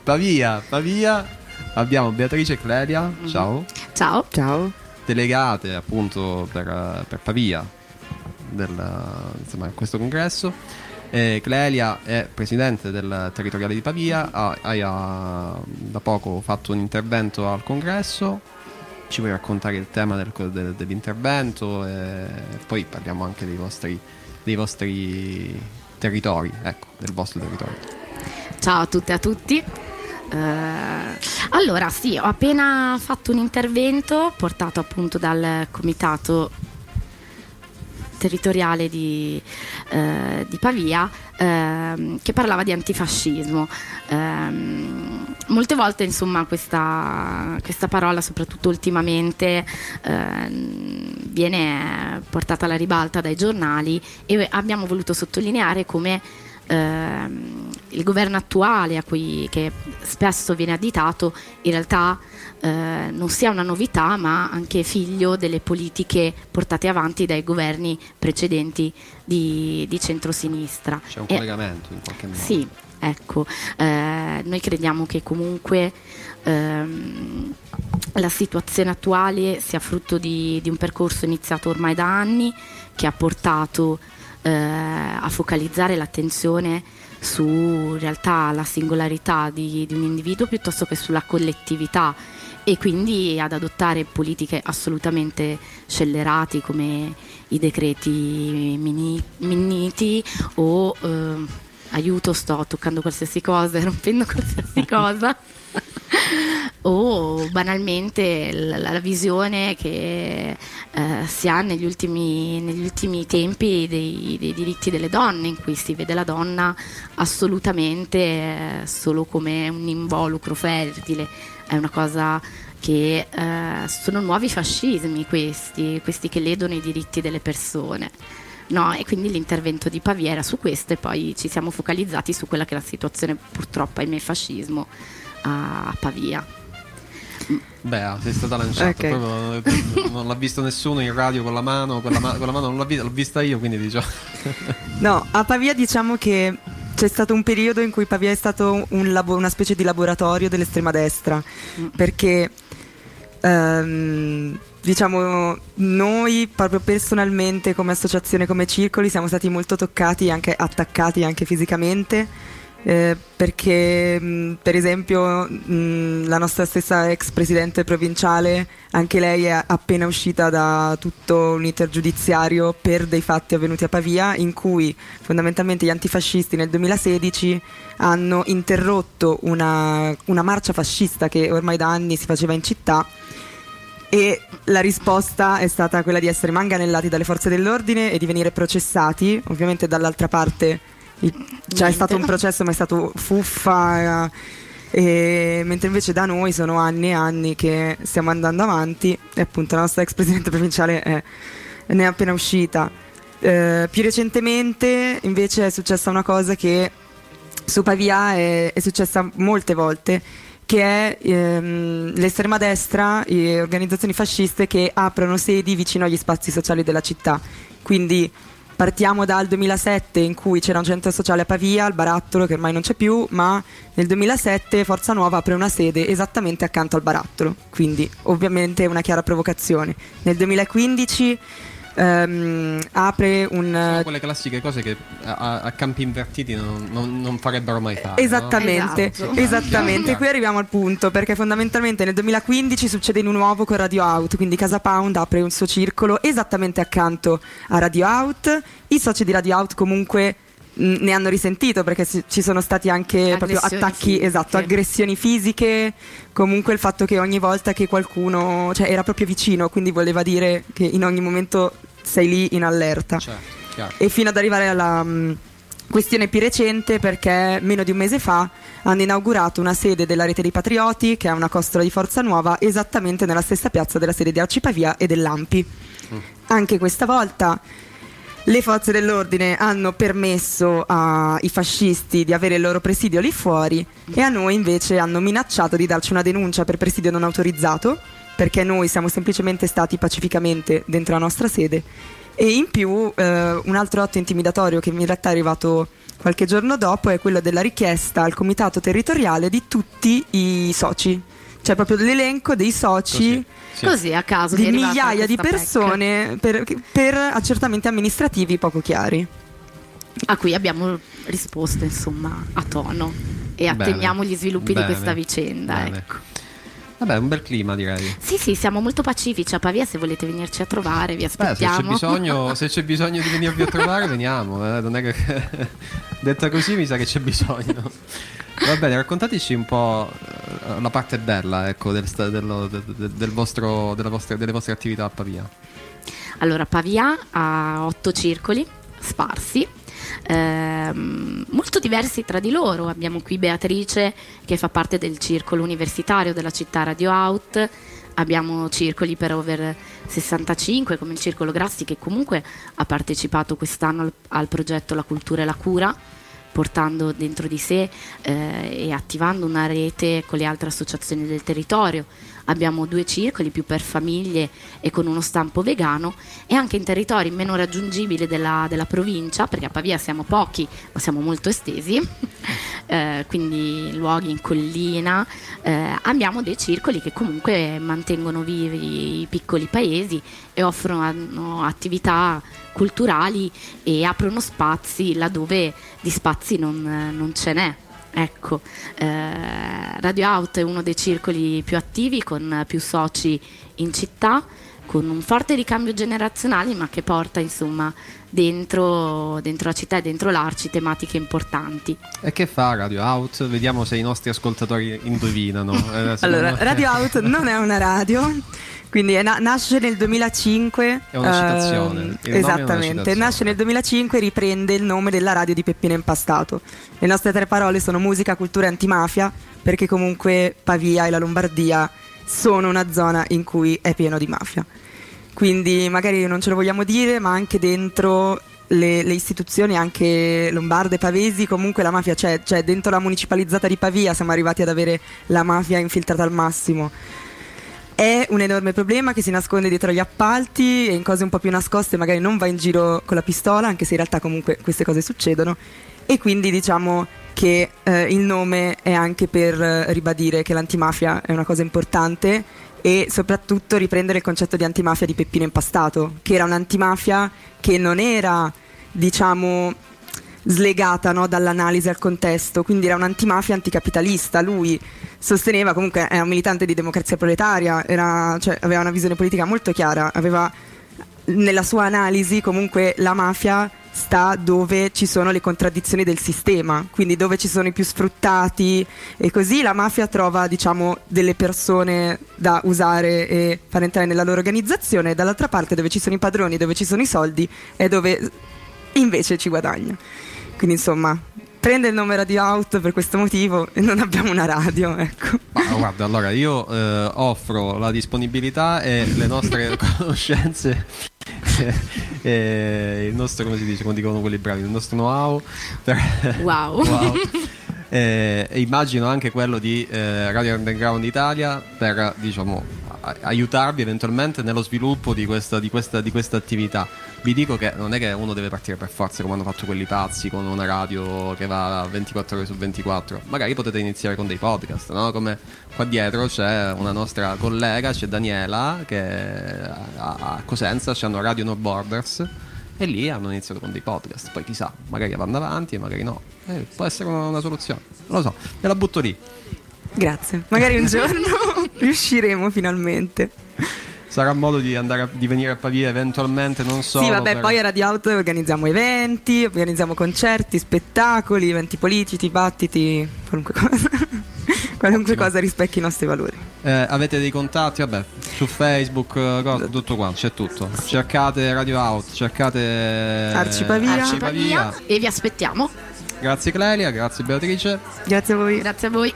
Pavia. Abbiamo Beatrice e Clelia. Ciao. Ciao. Delegate appunto per Pavia insomma, questo congresso. Clelia è presidente del territoriale di Pavia. Ha da poco fatto un intervento al congresso. Ci vuoi raccontare il tema dell'intervento e poi parliamo anche dei vostri territori, ecco, del vostro territorio. Ciao a tutte e a tutti. Allora sì, ho appena fatto un intervento portato appunto dal comitato territoriale di Pavia, che parlava di antifascismo. Molte volte insomma questa parola, soprattutto ultimamente, viene portata alla ribalta dai giornali, e abbiamo voluto sottolineare come il governo attuale, che spesso viene additato, in realtà non sia una novità, ma anche figlio delle politiche portate avanti dai governi precedenti di centrosinistra. C'è un collegamento in qualche modo. Sì, ecco, noi crediamo che comunque la situazione attuale sia frutto di un percorso iniziato ormai da anni, che ha portato a focalizzare l'attenzione su, in realtà, la singolarità di un individuo piuttosto che sulla collettività, e quindi ad adottare politiche assolutamente scellerati come i decreti Minniti o aiuto, sto toccando qualsiasi cosa, rompendo qualsiasi cosa o banalmente la visione che si ha negli ultimi tempi dei diritti delle donne, in cui si vede la donna assolutamente solo come un involucro fertile. È una cosa che sono nuovi fascismi questi che ledono i diritti delle persone. No, e quindi l'intervento di Pavia era su questo, e poi ci siamo focalizzati su quella che è la situazione, purtroppo, ahimè, fascismo a Pavia. Beh, sei stata lanciata, Okay. proprio, non l'ha visto nessuno in radio con la mano non l'ho vista io, quindi diciamo. No, a Pavia diciamo che c'è stato un periodo in cui Pavia è stato una specie di laboratorio dell'estrema destra, perché diciamo noi proprio personalmente, come associazione, come circoli, siamo stati molto toccati e anche attaccati anche fisicamente, perché per esempio la nostra stessa ex presidente provinciale, anche lei è appena uscita da tutto un iter giudiziario per dei fatti avvenuti a Pavia, in cui fondamentalmente gli antifascisti nel 2016 hanno interrotto una marcia fascista che ormai da anni si faceva in città, e la risposta è stata quella di essere manganellati dalle forze dell'ordine e di venire processati. Ovviamente dall'altra parte c'è stato un processo, ma è stato fuffa, mentre invece da noi sono anni e anni che stiamo andando avanti, e appunto la nostra ex presidente provinciale ne è appena uscita. Più recentemente invece è successa una cosa che su Pavia è successa molte volte, che è l'estrema destra e organizzazioni fasciste che aprono sedi vicino agli spazi sociali della città. Quindi partiamo dal 2007, in cui c'era un centro sociale a Pavia, il Barattolo, che ormai non c'è più, ma nel 2007 Forza Nuova apre una sede esattamente accanto al Barattolo, quindi ovviamente è una chiara provocazione. Nel 2015 apre Sono quelle classiche cose che a campi invertiti non farebbero mai fare. Esattamente, no? esattamente. Qui arriviamo al punto, perché fondamentalmente nel 2015 succede di nuovo con Radio Out, quindi Casa Pound apre un suo circolo esattamente accanto a Radio Out. I soci di Radio Out comunque ne hanno risentito, perché ci sono stati anche proprio attacchi, fisiche. esatto, aggressioni fisiche. Comunque il fatto che ogni volta che qualcuno, cioè, era proprio vicino, quindi voleva dire che in ogni momento sei lì in allerta. Chiaro. E fino ad arrivare alla questione più recente, perché meno di un mese fa hanno inaugurato una sede della Rete dei Patrioti, che è una costola di Forza Nuova, esattamente nella stessa piazza della sede di Arci Pavia e dell'Ampi. Anche questa volta le forze dell'ordine hanno permesso ai fascisti di avere il loro presidio lì fuori, e a noi invece hanno minacciato di darci una denuncia per presidio non autorizzato, perché noi siamo semplicemente stati pacificamente dentro la nostra sede. E in più un altro atto intimidatorio, che in realtà è arrivato qualche giorno dopo, è quello della richiesta al comitato territoriale di tutti i soci, cioè proprio l'elenco dei soci. Così a caso di migliaia di persone per accertamenti amministrativi poco chiari, a cui abbiamo risposto insomma a tono e attendiamo gli sviluppi di questa vicenda. Ecco. Vabbè, un bel clima, direi. Sì, siamo molto pacifici a Pavia. Se volete venirci a trovare, vi aspettiamo. Se c'è bisogno di venirvi a trovare, veniamo. Non è che detta così mi sa che c'è bisogno. Va bene, raccontateci un po' la parte bella, ecco, delle vostre attività a Pavia. Allora, Pavia ha 8 circoli sparsi, molto diversi tra di loro. Abbiamo qui Beatrice, che fa parte del circolo universitario della città Radio Out. Abbiamo circoli per over 65 come il Circolo Grassi, che comunque ha partecipato quest'anno al progetto La Cultura e la Cura, portando dentro di sé e attivando una rete con le altre associazioni del territorio. Abbiamo 2 circoli più per famiglie e con uno stampo vegano, e anche in territori meno raggiungibili della provincia, perché a Pavia siamo pochi ma siamo molto estesi, quindi luoghi in collina. Abbiamo dei circoli che comunque mantengono vivi i piccoli paesi e offrono attività culturali e aprono spazi laddove di spazi non ce n'è. Ecco, Radio Out è uno dei circoli più attivi, con più soci in città, con un forte ricambio generazionale, ma che porta insomma dentro la città e dentro l'Arci tematiche importanti. E che fa Radio Out? Vediamo se i nostri ascoltatori indovinano. Allora, Radio Out non è una radio, quindi nasce nel 2005. È una citazione. Esattamente, nasce nel 2005 e riprende il nome della radio di Peppino Impastato. Le nostre 3 parole sono musica, cultura e antimafia, perché comunque Pavia e la Lombardia sono una zona in cui è pieno di mafia. Quindi magari non ce lo vogliamo dire, ma anche dentro le istituzioni, anche lombarde, pavesi, comunque la mafia c'è. Cioè dentro la municipalizzata di Pavia siamo arrivati ad avere la mafia infiltrata al massimo. È un enorme problema che si nasconde dietro gli appalti e in cose un po' più nascoste, magari non va in giro con la pistola, anche se in realtà comunque queste cose succedono. E quindi diciamo che il nome è anche per ribadire che l'antimafia è una cosa importante, e soprattutto riprendere il concetto di antimafia di Peppino Impastato, che era un'antimafia che non era, diciamo, slegata, no, dall'analisi al contesto, quindi era un'antimafia anticapitalista. Lui sosteneva, comunque è un militante di Democrazia Proletaria, aveva una visione politica molto chiara, aveva nella sua analisi comunque la mafia sta dove ci sono le contraddizioni del sistema, quindi dove ci sono i più sfruttati, e così la mafia trova, diciamo, delle persone da usare e far entrare nella loro organizzazione, e dall'altra parte dove ci sono i padroni, dove ci sono i soldi, è dove invece ci guadagna. Quindi insomma prende il nome Radio Out per questo motivo, e non abbiamo una radio, ecco. Guarda, allora io offro la disponibilità e le nostre conoscenze e il nostro, come si dice, come dicono quelli bravi, il nostro know-how wow. E immagino anche quello di Radio Underground Italia, per, diciamo, aiutarvi eventualmente nello sviluppo di questa attività. Vi dico che non è che uno deve partire per forza come hanno fatto quelli pazzi con una radio che va 24 ore su 24. Magari potete iniziare con dei podcast, no? Come qua dietro c'è una nostra collega, c'è Daniela, che a Cosenza c'hanno Radio No Borders, e lì hanno iniziato con dei podcast. Poi chissà, magari vanno avanti e magari no. Può essere una soluzione, non lo so, ve la butto lì. Grazie, magari un giorno riusciremo finalmente. Sarà modo di venire a Pavia eventualmente, non so. Sì, vabbè, poi a Radio Out organizziamo eventi, organizziamo concerti, spettacoli, eventi politici, dibattiti, qualunque cosa. Qualunque cosa rispecchi i nostri valori. Avete dei contatti? Vabbè, su Facebook, tutto qua, c'è tutto. Cercate Radio Out, cercate Arci Pavia e vi aspettiamo. Grazie Clelia, grazie Beatrice. Grazie a voi. Grazie a voi.